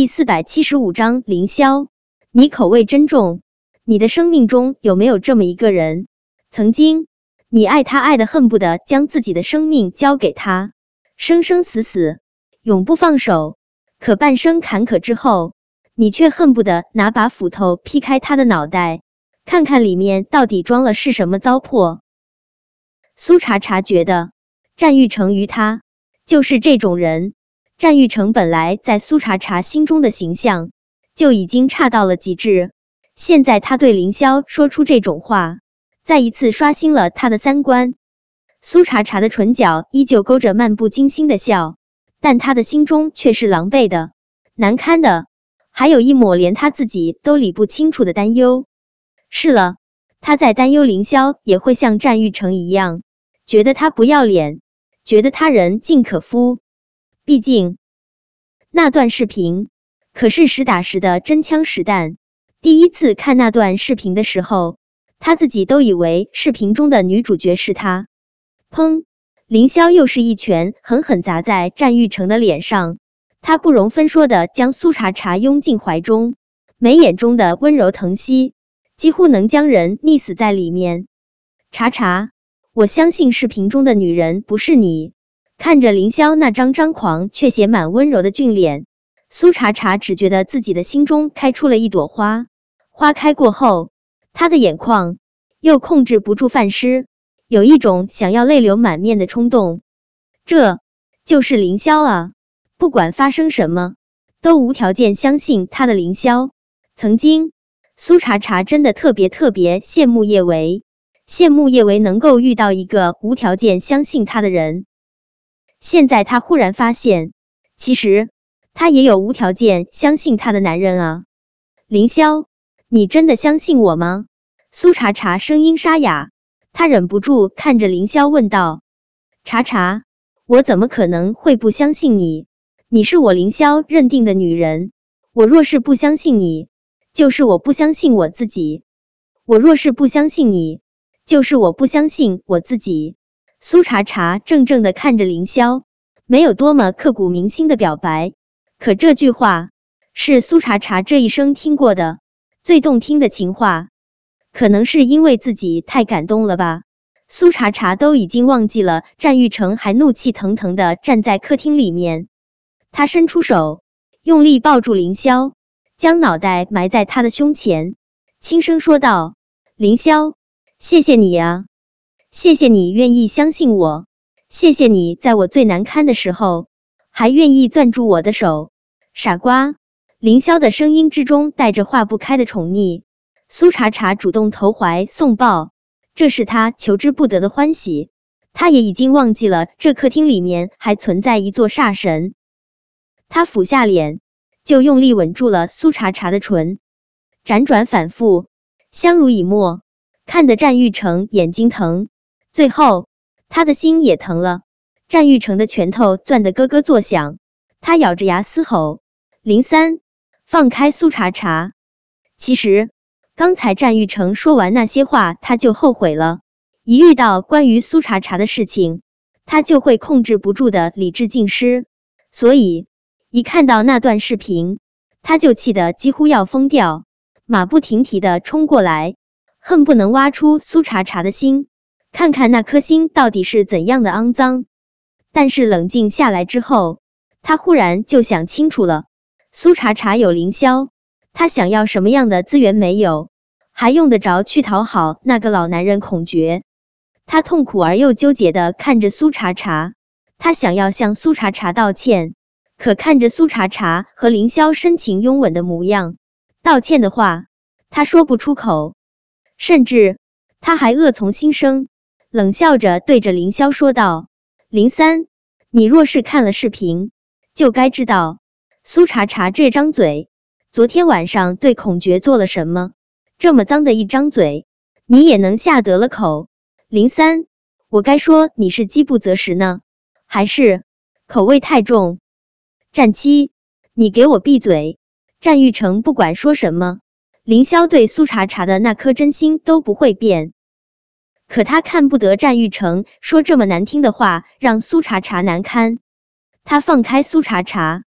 第475章凌霄，你口味真重。你的生命中有没有这么一个人，曾经你爱他爱得恨不得将自己的生命交给他，生生死死永不放手，可半生坎坷之后，你却恨不得拿把斧头劈开他的脑袋，看看里面到底装了是什么糟粕。苏茶茶觉得战玉成于他就是这种人。战玉成本来在苏茶茶心中的形象就已经差到了极致，现在他对凌霄说出这种话，再一次刷新了他的三观。苏茶茶的唇角依旧勾着漫不经心的笑，但他的心中却是狼狈的、难堪的，还有一抹连他自己都理不清楚的担忧。是了，他在担忧凌霄也会像战玉成一样，觉得他不要脸，觉得他人尽可夫。毕竟那段视频可是实打实的真枪实弹，第一次看那段视频的时候，他自己都以为视频中的女主角是他。砰！凌霄又是一拳狠狠砸在战玉成的脸上，他不容分说的将苏茶茶拥进怀中，眉眼中的温柔疼惜几乎能将人溺死在里面。茶茶，我相信视频中的女人不是你。看着凌霄那张张狂却写满温柔的俊脸，苏茶茶只觉得自己的心中开出了一朵花，花开过后，她的眼眶又控制不住泛湿，有一种想要泪流满面的冲动。这就是凌霄啊，不管发生什么，都无条件相信他的凌霄。曾经，苏茶茶真的特别羡慕叶维，羡慕叶维能够遇到一个无条件相信他的人。现在他忽然发现，其实他也有无条件相信他的男人啊。凌霄，你真的相信我吗？苏茶茶声音沙哑，他忍不住看着凌霄问道。茶茶，我怎么可能会不相信你？你是我凌霄认定的女人，我若是不相信你，就是我不相信我自己。我若是不相信你，就是我不相信我自己。苏茶茶怔怔的看着凌霄，没有多么刻骨铭心的表白，可这句话是苏茶茶这一生听过的最动听的情话。可能是因为自己太感动了吧，苏茶茶都已经忘记了战玉成还怒气腾腾的站在客厅里面。他伸出手，用力抱住凌霄，将脑袋埋在他的胸前，轻声说道：凌霄，谢谢你啊。谢谢你愿意相信我，谢谢你在我最难堪的时候还愿意攥住我的手。傻瓜！凌霄的声音之中带着化不开的宠溺。苏茶茶主动投怀送抱，这是他求之不得的欢喜。他也已经忘记了这客厅里面还存在一座煞神。他俯下脸，就用力吻住了苏茶茶的唇，辗转反复，相濡以沫，看得战玉成眼睛疼。最后，他的心也疼了。战玉成的拳头攥得咯咯作响，他咬着牙嘶吼：凌三，放开苏茶茶！其实，刚才战玉成说完那些话，他就后悔了。一遇到关于苏茶茶的事情，他就会控制不住的理智尽失。所以，一看到那段视频，他就气得几乎要疯掉，马不停蹄的冲过来，恨不能挖出苏茶茶的心。看看那颗心到底是怎样的肮脏。但是冷静下来之后，他忽然就想清楚了。苏茶茶有凌霄，他想要什么样的资源没有，还用得着去讨好那个老男人孔爵？他痛苦而又纠结的看着苏茶茶，他想要向苏茶茶道歉，可看着苏茶茶和凌霄深情拥吻的模样，道歉的话他说不出口，甚至他还恶从心生。冷笑着对着凌霄说道：凌三，你若是看了视频，就该知道苏茶茶这张嘴昨天晚上对孔爵做了什么。这么脏的一张嘴，你也能下得了口？凌三，我该说你是饥不择食呢，还是口味太重？战七，你给我闭嘴！战玉成不管说什么，凌霄对苏茶茶的那颗真心都不会变。可他看不得战玉成说这么难听的话，让苏茶茶难堪。他放开苏茶茶，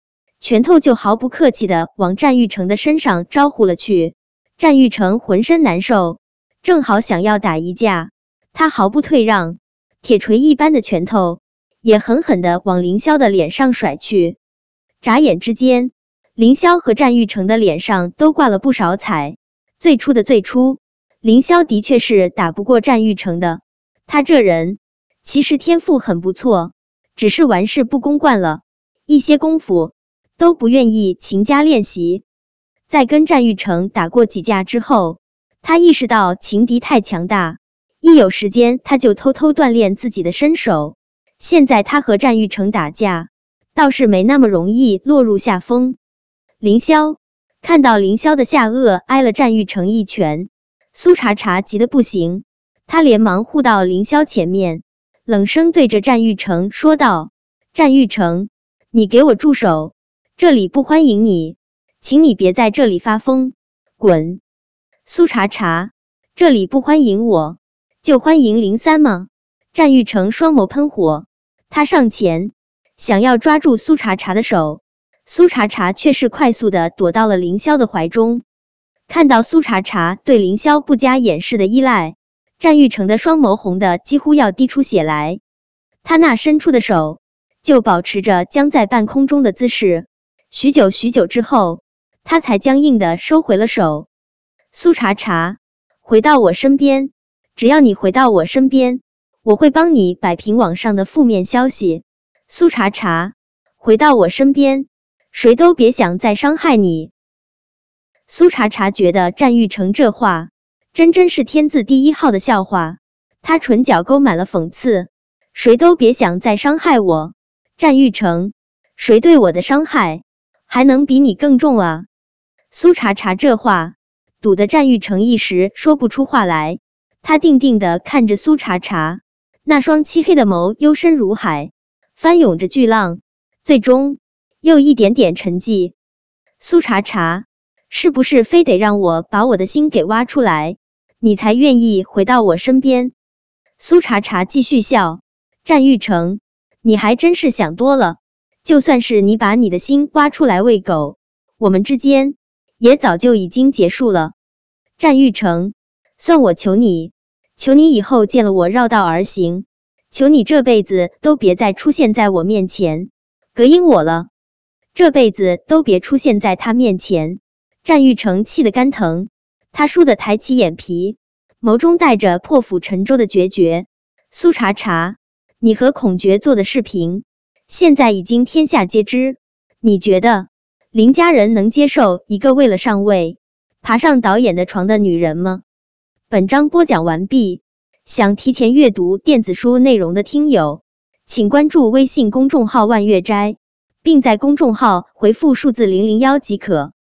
拳头就毫不客气的往战玉成的身上招呼了去。战玉成浑身难受，正好想要打一架，他毫不退让，铁锤一般的拳头也狠狠的往凌霄的脸上甩去。眨眼之间，凌霄和战玉成的脸上都挂了不少彩。最初，凌霄的确是打不过战玉成的，他这人其实天赋很不错，只是玩世不恭惯了，一些功夫都不愿意勤加练习。在跟战玉成打过几架之后，他意识到情敌太强大，一有时间他就偷偷锻炼自己的身手。现在他和战玉成打架，倒是没那么容易落入下风。凌霄看到凌霄的下颚挨了战玉成一拳，苏茶茶急得不行，他连忙护到凌霄前面，冷声对着战玉成说道：战玉成，你给我住手，这里不欢迎你，请你别在这里发疯，滚！苏茶茶，这里不欢迎我，就欢迎林三吗？战玉成双眸喷火，他上前想要抓住苏茶茶的手，苏茶茶却是快速的躲到了凌霄的怀中。看到苏茶茶对凌霄不加掩饰的依赖，战玉成的双眸红的几乎要滴出血来，他那伸出的手就保持着僵在半空中的姿势，许久之后，他才僵硬的收回了手。苏茶茶，回到我身边，只要你回到我身边，我会帮你摆平网上的负面消息。苏茶茶，回到我身边，谁都别想再伤害你。苏茶茶觉得战玉成这话真是天字第一号的笑话，他唇角勾满了讽刺，谁都别想再伤害我。战玉成，谁对我的伤害还能比你更重啊？苏茶茶这话堵得战玉成一时说不出话来，他定定地看着苏茶茶，那双漆黑的眸幽深如海，翻涌着巨浪，最终又一点点沉寂。苏茶茶，是不是非得让我把我的心给挖出来，你才愿意回到我身边？苏茶茶继续笑，战玉成，你还真是想多了，就算是你把你的心挖出来喂狗，我们之间也早就已经结束了。战玉成，算我求你，求你以后见了我绕道而行，求你这辈子都别再出现在我面前，隔音我了，这辈子都别出现在他面前。战玉成气得肝疼，他倏地抬起眼皮，眸中带着破釜沉舟的决绝。苏茶茶，你和孔爵做的视频现在已经天下皆知，你觉得林家人能接受一个为了上位爬上导演的床的女人吗？本章播讲完毕，想提前阅读电子书内容的听友，请关注微信公众号万月斋，并在公众号回复数字001即可。